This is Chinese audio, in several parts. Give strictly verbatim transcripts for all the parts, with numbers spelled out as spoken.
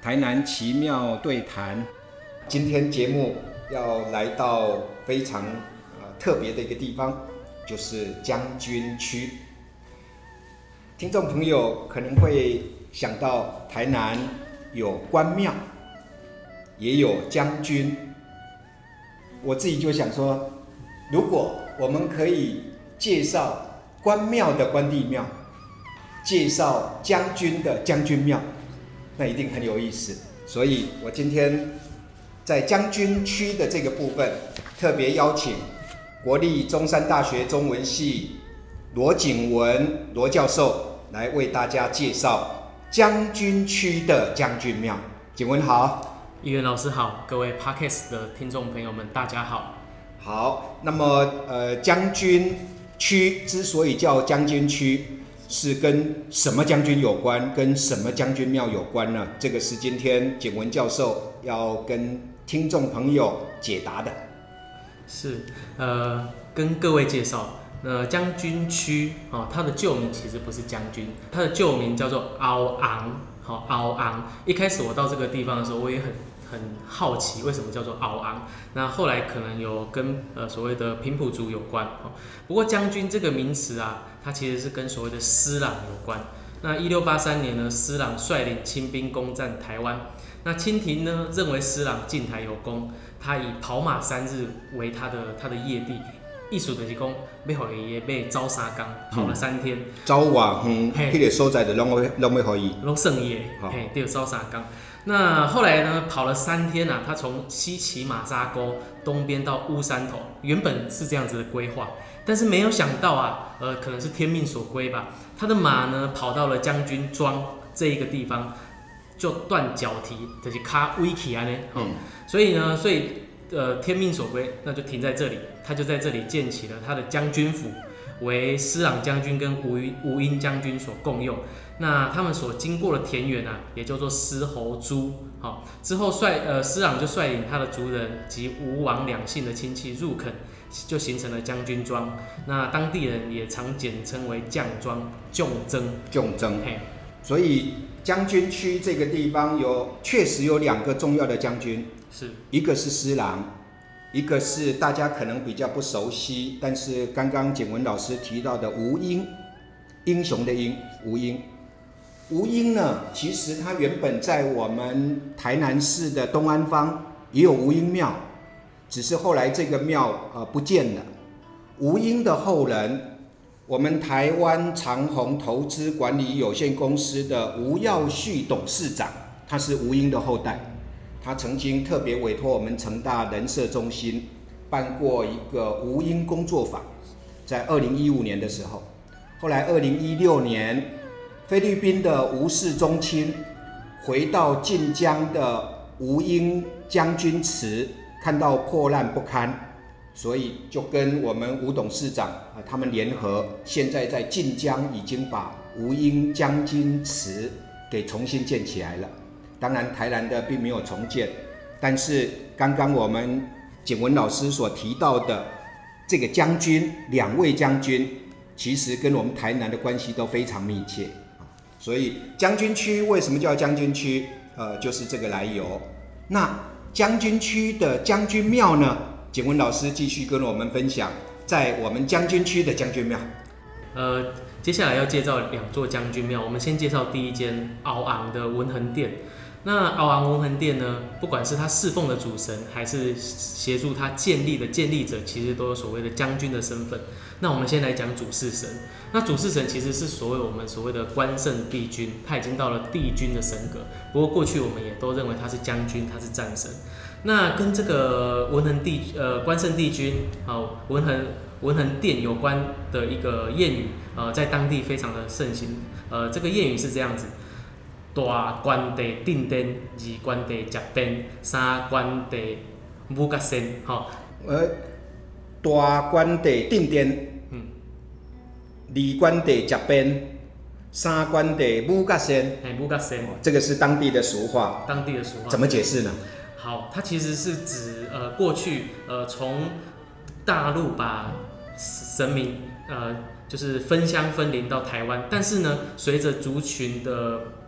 台南奇妙对谈。今天节目要来到非常、呃、特别的一个地方，就是将军区。听众朋友可能会想到台南有关庙，也有将军。我自己就想说，如果我们可以介绍关庙的关帝庙，介绍将军的将军庙，那一定很有意思。所以我今天在将军区的这个部分，特别邀请国立中山大学中文系罗景文罗教授来为大家介绍将军区的将军庙。景文好。 议员老师好，各位 Podcast 的听众朋友们大家好。 好，那么呃，将军区之所以叫将军区，是跟什么将军有关，跟什么将军庙有关呢？这个是今天景文教授要跟听众朋友解答的。是， 呃，跟各位介绍，呃，将军区哦，它的旧名其实不是将军，它的旧名叫做凹昂，好，凹昂。一开始我到这个地方的时候，我也很很好奇为什么叫做凹昂。那后来可能有跟呃所谓的平埔族有关。哦，不过将军这个名词啊，它其实是跟所谓的施琅有关。那一六八三年呢，施琅率领清兵攻占台湾。那清廷呢认为施琅进台有功，他以跑马三日为他的他的业地，意思就是讲要给伊要走三天，跑了三天。 走偌远，迄个所在就拢要拢要给伊， 拢算伊的，嘿，对，走三天。那后来呢，跑了三天啊，他从西起马沙沟东边到乌山头，原本是这样子的规划，但是没有想到啊，呃，可能是天命所归吧，他的马呢跑到了将军庄这一个地方，就断脚蹄，就是卡歪起来呢，嗯，所以呢，所以呃天命所归，那就停在这里，他就在这里建起了他的将军府，为施琅将军跟吴吴英将军所共用。那他们所经过的田园啊，也叫做狮侯猪。好，之后率呃施琅就率领他的族人及吴王两姓的亲戚入垦，就形成了将军庄。那当地人也常简称为将庄、将曾、 将曾。所以将军区这个地方有确实有两个重要的将军，是一个是施琅，一个是大家可能比较不熟悉，但是刚刚景文老师提到的吴英，英雄的英，吴英。吴英呢，其实他原本在我们台南市的东安坊也有吴英庙，只是后来这个庙呃不见了。吴英的后人，我们台湾长虹投资管理有限公司的吴耀旭董事长，他是吴英的后代。他曾经特别委托我们成大人社中心办过一个吴英工作坊，在二零一五年的时候，后来二零一六年。菲律宾的吴氏宗亲回到晋江的吴英将军祠，看到破烂不堪，所以就跟我们吴董事长、呃、他们联合，现在在晋江已经把吴英将军祠给重新建起来了。当然台南的并没有重建，但是刚刚我们景文老师所提到的这个将军，两位将军其实跟我们台南的关系都非常密切。所以将军区为什么叫将军区？呃，就是这个来由。那将军区的将军庙呢？景文老师继续跟我们分享，在我们将军区的将军庙。 呃，接下来要介绍两座将军庙，我们先介绍第一间凹昂的文衡殿。那凹昂文衡殿呢，不管是他侍奉的主神，还是协助他建立的建立者，其实都有所谓的将军的身份。那我们先来讲主事神。那主事神其实是所谓我们所谓的关圣帝君，他已经到了帝君的神格。不过过去我们也都认为他是将军，他是战神。那跟这个文衡帝呃关圣帝君好文衡文衡殿有关的一个谚语，呃，在当地非常的盛行。呃，这个谚语是这样子：大关帝定殿，二关帝食鞭，三关帝武甲仙。好， 呃，大关帝定殿。二关帝食鞭，三关帝武甲仙。 哎，武甲仙， 这个是当地的俗话。 当地的俗话怎么解释呢？ 好，它其实是指呃过去呃从大陆把神明呃就是分乡分灵到台湾，但是呢，随着族群的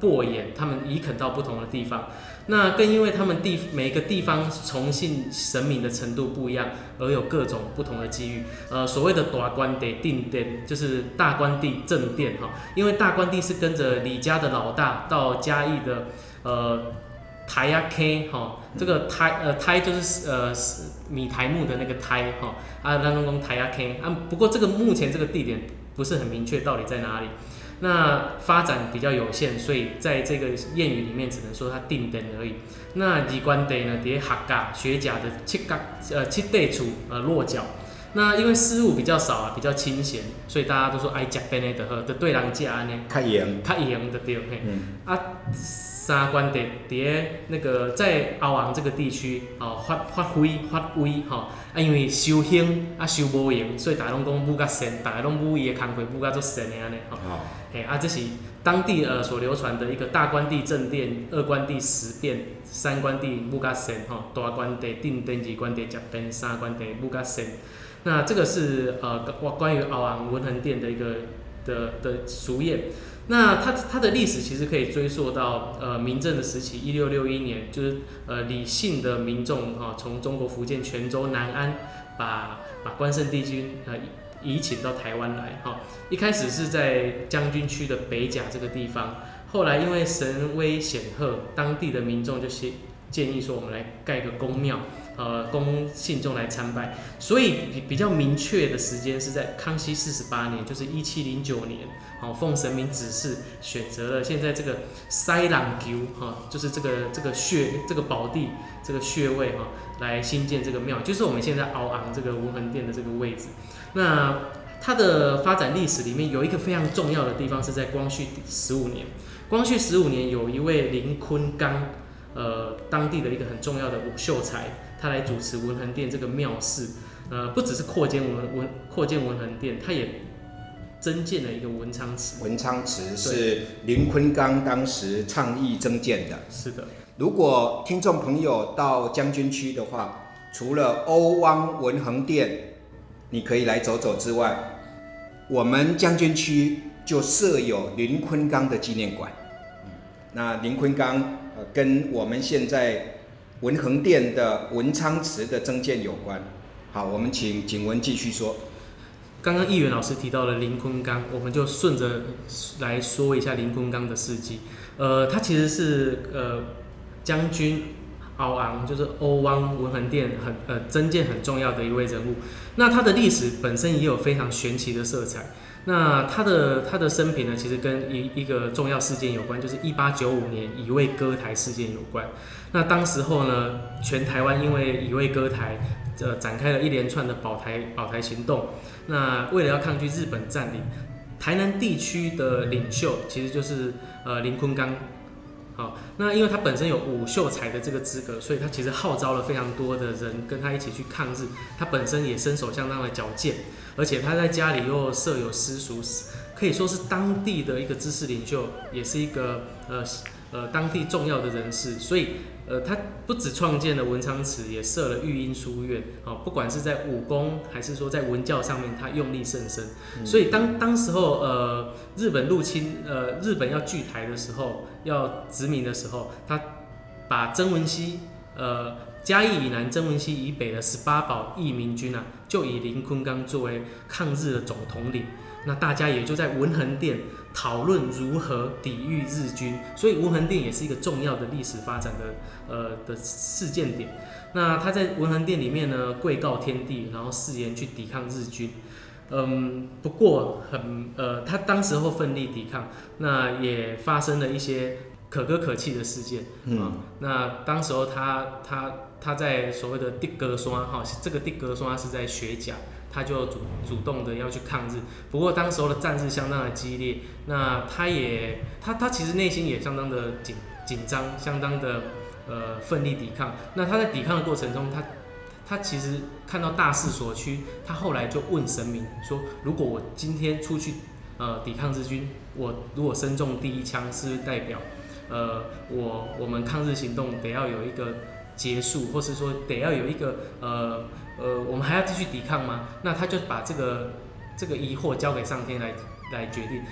擘眼，他们移垦到不同的地方。那更因为他们地每个地方崇信神明的程度不一样，而有各种不同的机遇。呃，所谓的大官地定殿，就是大官地正殿哈。因为大官地是跟着李家的老大到嘉义的呃台呀 K 哈，这个台呃台就是呃米台木的那个台哈啊，咱拢讲台呀 K 啊。不过这个目前这个地点不是很明确到底在哪里。那发展比较有限，所以在这个谚语里面只能说它定殿而已。那二官地呢，在学甲学甲的七角呃七地处呃落脚。那因为事物比较少啊，比较清闲，所以大家都说爱食便的就好，就对人食安尼。 较闲， 较闲就对嘿。 嗯、 啊，三官地伫那个在后昂这个地区哦，发发挥发威吼。啊，因为修兴啊修无用，所以大家拢讲武较神，大家拢武伊的工课武较足神的安尼吼。 哦。 嘿啊，这是当地呃所流传的一个大官地正殿、二官地十变、三官地武较神吼，大官地定殿、二官地食便、三官地武较神。那这个是呃关于后昂文衡殿的一个的的俗谚。那它它的历史其实可以追溯到呃明郑的时期，一六六一年，就是呃李姓的民众哈、哦、从中国福建泉州南安把把关圣帝君呃移请到台湾来哈、哦。一开始是在将军区的北甲这个地方，后来因为神威显赫，当地的民众就建议说，我们来盖个宫庙。呃，供信众来参拜，所以比较明确的时间是在康熙四十八年，就是一七零九年，好，奉神明指示，选择了现在这个西朗球，哈，就是这个这个穴这个宝地这个穴位哈，来兴建这个庙，就是我们现在鳌昂这个文衡殿的这个位置。那它的发展历史里面有一个非常重要的地方是在光绪十五年，光绪十五年有一位林坤刚，呃，当地的一个很重要的武秀才。他来主持文衡殿这个庙事，呃，不只是扩建文文扩建文衡殿，他也增建了一个文昌祠。 文昌祠是林坤刚当时倡议增建的。 是的。 如果听众朋友到将军区的话，除了欧汪文衡殿，你可以来走走之外，我们将军区就设有林坤刚的纪念馆。那林坤刚、呃、跟我们现在文衡殿的文昌祠的增建有关。好，我们请景文继续说。 刚刚议员老师提到了林坤刚，我们就顺着来说一下林坤刚的事迹。呃，他其实是呃将军鳌昂，就是欧汪文衡殿很呃增建很重要的一位人物。那他的历史本身也有非常玄奇的色彩。那他的他的生平呢，其实跟一一个重要事件有关，就是一八九五年乙未割台事件有关。那当时候呢，全台湾因为乙未割台，呃，展开了一连串的保台保台行动。那为了要抗拒日本占领，台南地区的领袖其实就是呃林坤刚。好，那因为他本身有武秀才的这个资格，所以他其实号召了非常多的人跟他一起去抗日。他本身也身手相当的矫健，而且他在家里又设有私塾，可以说是当地的一个知识领袖，也是一个呃呃当地重要的人士。所以呃他不只创建了文昌祠，也设了育英书院。好，不管是在武功还是说在文教上面，他用力甚深。所以当当时候呃日本入侵呃日本要据台的时候，要殖民的时候，他把曾文溪呃嘉义以南、曾文溪以北的十八堡义民军啊，就以林坤刚作为抗日的总统领。那大家也就在文衡殿讨论如何抵御日军，所以文衡殿也是一个重要的历史发展的呃的事件点。那他在文衡殿里面呢，跪告天地，然后誓言去抵抗日军。嗯，不过很呃，他当时候奋力抵抗，那也发生了一些可歌可泣的事件。嗯，啊、那当时候他他他在所谓的地格山哈，这个地格山是在学甲。他就主主动的要去抗日，不过当时候的战事相当的激烈，那他也他他其实内心也相当的紧紧张，相当的呃奋力抵抗。那他在抵抗的过程中，他他其实看到大势所趋，他后来就问神明说：如果我今天出去呃抵抗日军，我如果身中第一枪，是不是代表呃我我们抗日行动得要有一个结束，或是说得要有一个呃。呃，我们还要继续抵抗吗？那他就把这个这个疑惑交给上天来来决定。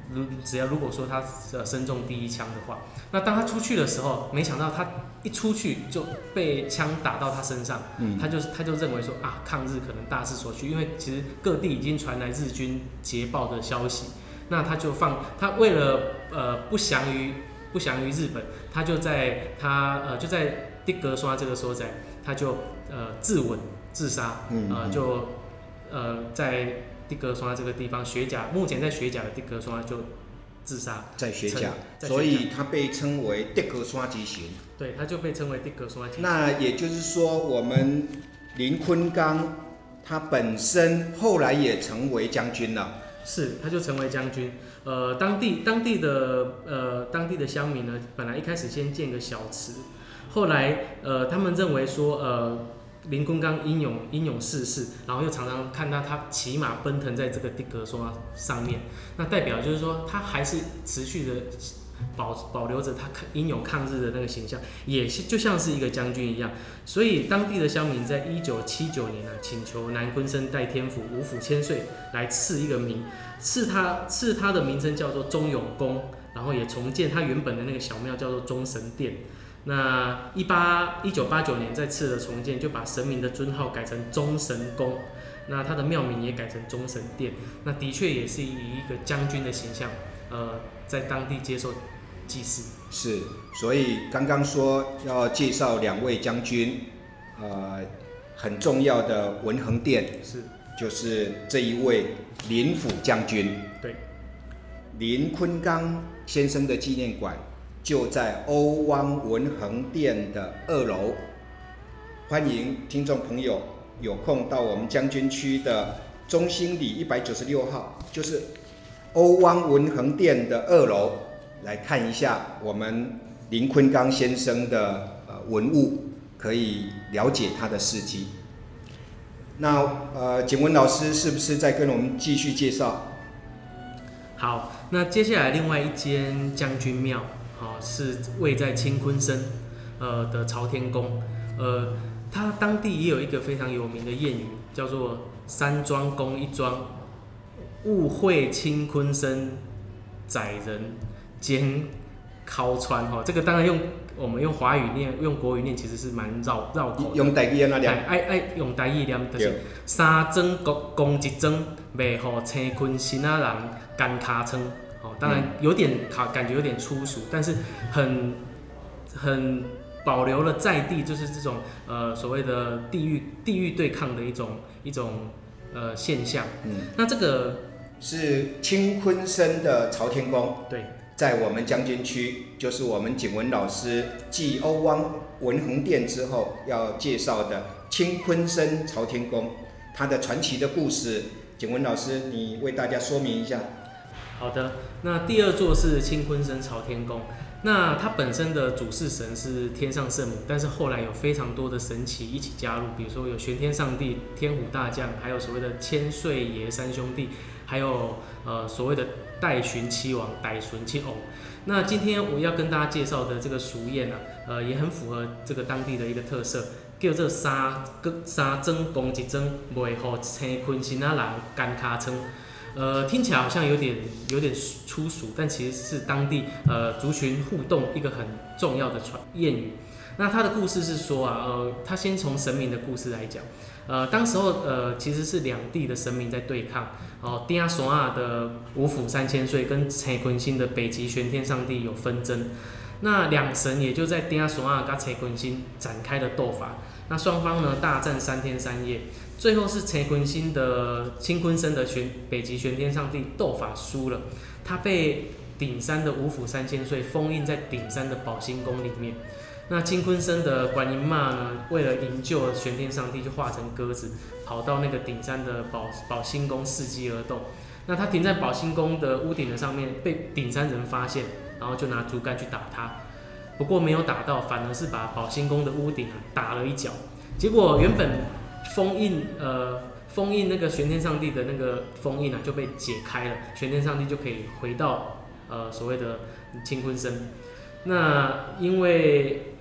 如只要如果说他呃身中第一枪的话，那当他出去的时候，没想到他一出去就被枪打到他身上，嗯、他就他就认为说啊，抗日可能大势所趋，因为其实各地已经传来日军捷报的消息，那他就放他为了呃不降于不降于日本，他就在他呃就在的格刷这个所在，他就呃自刎自杀，嗯、呃就呃在的格刷这个地方学甲，目前在学甲的的格刷就自杀， 在学甲，所以他被称为的格刷极刑。 对，他就被称为的格刷极刑。 那也就是说，我们林坤刚他本身后来也成为将军了。 是，他就成为将军。呃，当地当地的呃当地的乡民呢，本来一开始先建个小祠，后来呃他们认为说呃林坤刚英勇英勇逝世，然后又常常看到他骑马奔腾在这个的格刷上面，那代表就是说他还是持续的保保留着他英勇抗日的那个形象，也是就像是一个将军一样。所以当地的乡民在一九七九年啊，请求南昆生代天府五府千岁来赐一个名，赐他赐他的名称叫做忠勇宫，然后也重建他原本的那个小庙叫做忠神殿。那一八一九八九年再次的重建，就把神明的尊号改成忠神宫，那他的庙名也改成忠神殿。那的确也是以一个将军的形象，呃，在当地接受祭祀。 是，所以刚刚说要介绍两位将军，呃，很重要的文衡殿是，就是这一位林府将军。 对， 林坤刚先生的纪念馆就在欧汪文衡殿的二楼，欢迎听众朋友有空到我们将军区的中兴里一百九十六号，就是欧汪文衡殿的二楼，来看一下我们林坤刚先生的呃文物，可以了解他的事迹。那呃，景文老师是不是再跟我们继续介绍？ 好，那接下来另外一间将军庙。哦、是位在清昆生呃的朝天宫，呃，它当地也有一个非常有名的谚语，叫做“三庄宫一庄，误会清昆生宰人兼尻川”哈、哦，这个当然用我们用华语念，用国语念其实是蛮绕绕口的。 用台语那念， 爱爱用台语念，就是三庄宫一庄，袂互清昆生仔人干尻川。哦，当然有点感觉有点粗俗，但是很很保留了在地，就是这种呃所谓的地域地域对抗的一种一种呃现象。嗯，那这个是清昆生的朝天宫， 对， 在我们将军区，就是我们景文老师继欧汪文衡殿之后要介绍的清昆生朝天宫，它的传奇的故事，景文老师你为大家说明一下。 好的，那第二座是清昆生朝天宫，那它本身的主事神是天上圣母，但是后来有非常多的神祇一起加入，比如说有玄天上帝、天虎大将，还有所谓的千岁爷三兄弟，还有呃所谓的代巡七王、代巡七王。那今天我要跟大家介绍的这个俗谚啊，呃也很符合这个当地的一个特色，叫做三三庄宫一庄，袂互青昆生仔人干尻川。呃，听起来好像有点有点粗俗，但其实是当地呃族群互动一个很重要的传谚语。那它的故事是说啊，呃，他先从神明的故事来讲，呃，当时候呃其实是两地的神明在对抗，哦，丁亚索亚的五府三千岁跟青昆星的北极玄天上帝有纷争，那两神也就在丁亚索亚跟青昆星展开了斗法，那双方呢大战三天三夜。最后是青昆星的清昆生的玄北极玄天上帝斗法输了，他被顶山的五府三千岁封印在顶山的宝星宫里面。那清昆生的观音妈呢，为了营救玄天上帝，就化成鸽子，跑到那个顶山的宝宝星宫伺机而动。那他停在宝星宫的屋顶的上面，被顶山人发现，然后就拿竹竿去打他，不过没有打到，反而是把宝星宫的屋顶啊打了一脚。结果原本封印呃封印那个玄天上帝的那个封印啊就被解开了，玄天上帝就可以回到呃所谓的清昆生。那因为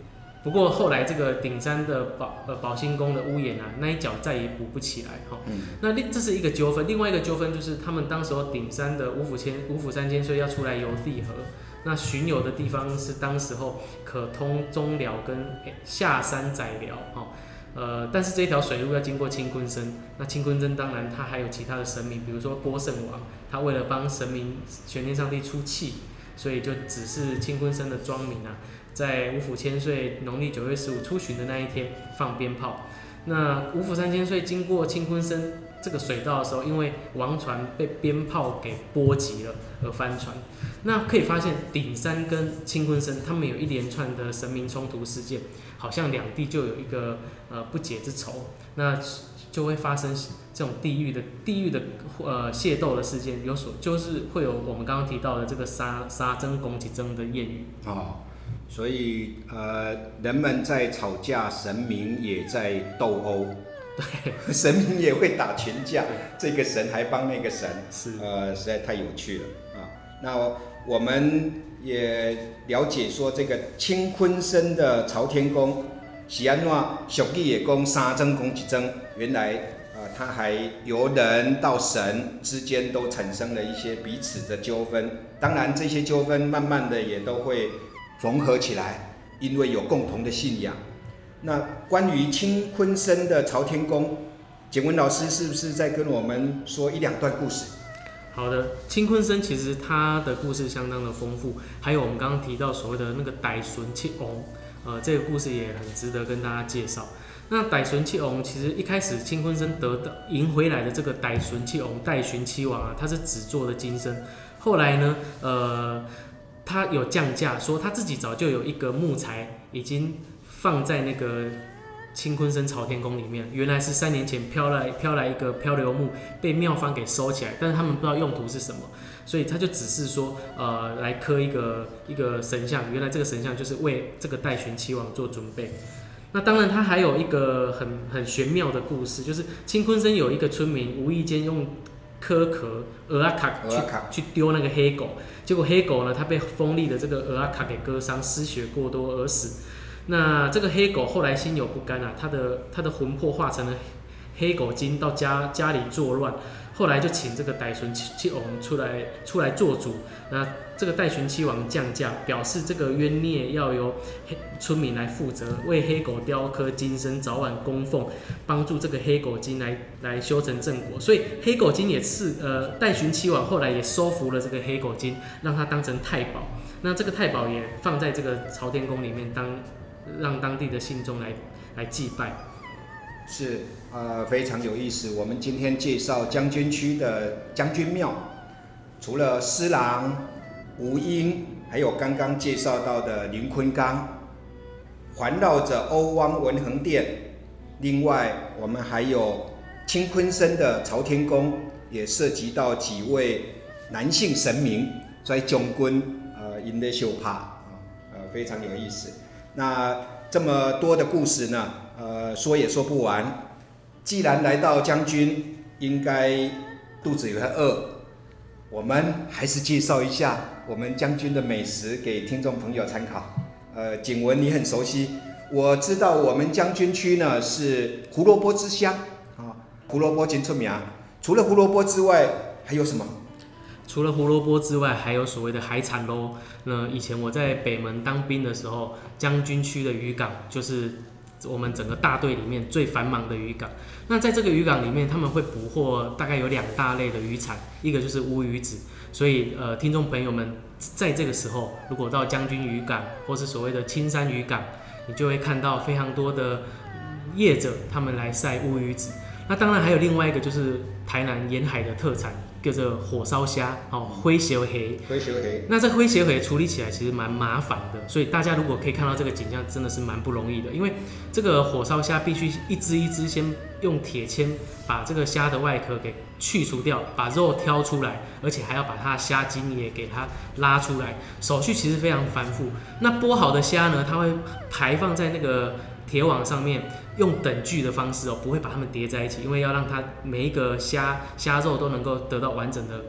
不过后来这个顶山的宝呃宝兴宫的屋檐啊，那一角再也补不起来哈、嗯。那这是一个纠纷，另外一个纠纷就是他们当时候顶山的五府千五府三千岁要出来游地河，那巡游的地方是当时候可通中寮跟下山窄寮哈。呃，但是这条水路要经过清坤僧，那清坤僧当然他还有其他的神明，比如说郭圣王，他为了帮神明玄天上帝出气，所以就指示清坤僧的庄民啊，在五府千岁农历九月十五出巡的那一天放鞭炮。那五府三千岁经过清坤僧这个水道的时候，因为王船被鞭炮给波及了而翻船。那可以发现顶山跟清坤僧他们有一连串的神明冲突事件，好像两地就有一个呃不解之仇，那就会发生这种地狱的地狱的呃械斗的事件，有所就是会有我们刚刚提到的这个杀杀争攻击争的谚语哦。所以呃，人们在吵架，神明也在斗殴。对，神明也会打群架，这个神还帮那个神，是呃，实在太有趣了啊。那我们也了解说，这个清坤僧的朝天宫是安怎俗语也讲三争攻一争，原来呃，他还由人到神之间都产生了一些彼此的纠纷。当然，这些纠纷慢慢的也都会缝合起来，因为有共同的信仰。那关于清坤僧的朝天宫，简文老师是不是再跟我们说一两段故事？ 好的，清坤僧其实他的故事相当的丰富，还有我们刚刚提到所谓的那个傣孙七王，呃，这个故事也很值得跟大家介绍。那傣孙七王其实一开始清坤僧得到赢回来的这个傣孙七王、傣孙七王啊，他是纸做的金身，后来呢，呃。他有降价，说他自己早就有一个木材已经放在那个清坤僧朝天宫里面，原来是三年前飘来飘来一个漂流木，被庙方给收起来，但是他们不知道用途是什么，所以他就只是说，呃，来刻一个一个神像，原来这个神像就是为这个傣玄七王做准备。那当然，他还有一个很很玄妙的故事，就是清坤僧有一个村民无意间用壳壳鹅啊卡去去丢那个黑狗，结果黑狗呢，它被锋利的这个鹅啊卡给割伤，失血过多而死。那这个黑狗后来心有不甘啊，它的它的魂魄化成了黑狗精，到家家里作乱。后来就请这个傣孙七王出来出来做主。那这个傣孙七王降价，表示这个冤孽要由村民来负责，为黑狗雕刻金身，早晚供奉，帮助这个黑狗精来来修成正果。所以黑狗精也是呃傣孙七王后来也收服了这个黑狗精，让它当成太保。那这个太保也放在这个朝天宫里面当，让当地的信众来来祭拜。 是呃非常有意思。我们今天介绍将军区的将军庙，除了施琅、吴英，还有刚刚介绍到的林坤刚，环绕着欧汪文衡殿。另外，我们还有清坤僧的朝天宫，也涉及到几位男性神明在将军呃因的修帕呃非常有意思。那这么多的故事呢？呃，说也说不完。既然来到将军，应该肚子有点饿，我们还是介绍一下我们将军的美食给听众朋友参考。呃，景文你很熟悉，我知道我们将军区呢是胡萝卜之乡啊，胡萝卜真出名。除了胡萝卜之外，还有什么？ 除了胡萝卜之外，还有所谓的海产喽。那以前我在北门当兵的时候，将军区的渔港就是我们整个大队里面最繁忙的渔港。那在这个渔港里面，他们会捕获大概有两大类的渔产，一个就是乌鱼子。所以呃，听众朋友们在这个时候，如果到将军渔港或是所谓的青山渔港，你就会看到非常多的业者他们来晒乌鱼子。那当然还有另外一个就是台南沿海的特产，叫做火烧虾，哦，灰小黑。 灰小黑。 那这灰小黑处理起来其实蛮麻烦的，所以大家如果可以看到这个景象，真的是蛮不容易的。因为这个火烧虾必须一只一只先用铁签把这个虾的外壳给去除掉，把肉挑出来，而且还要把它的虾筋也给它拉出来，手续其实非常繁复。那剥好的虾呢，它会排放在那个铁网上面，用等距的方式哦，不会把它们叠在一起，因为要让它每一个虾虾肉都能够得到完整的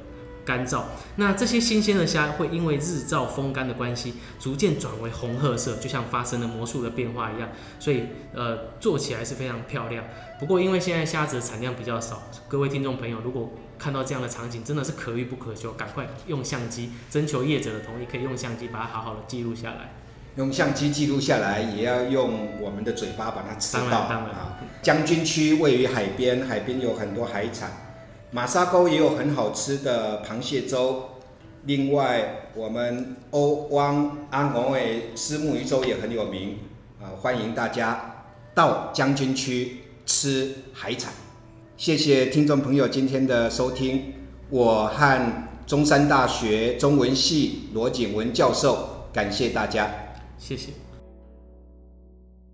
干燥。那这些新鲜的虾会因为日照风干的关系，逐渐转为红褐色，就像发生了魔术的变化一样。所以呃，做起来是非常漂亮。不过因为现在虾子的产量比较少，各位听众朋友如果看到这样的场景，真的是可遇不可求，赶快用相机，征求业者的同意，可以用相机把它好好的记录下来。 用相机记录下来，也要用我们的嘴巴把它吃到。 当然，当然啊，将军区位于海边，海边有很多海产，马沙沟也有很好吃的螃蟹粥。另外，我们欧汪安红的虱目鱼粥也很有名啊，欢迎大家到将军区吃海产。谢谢听众朋友今天的收听，我和中山大学中文系罗景文教授，感谢大家。 谢谢。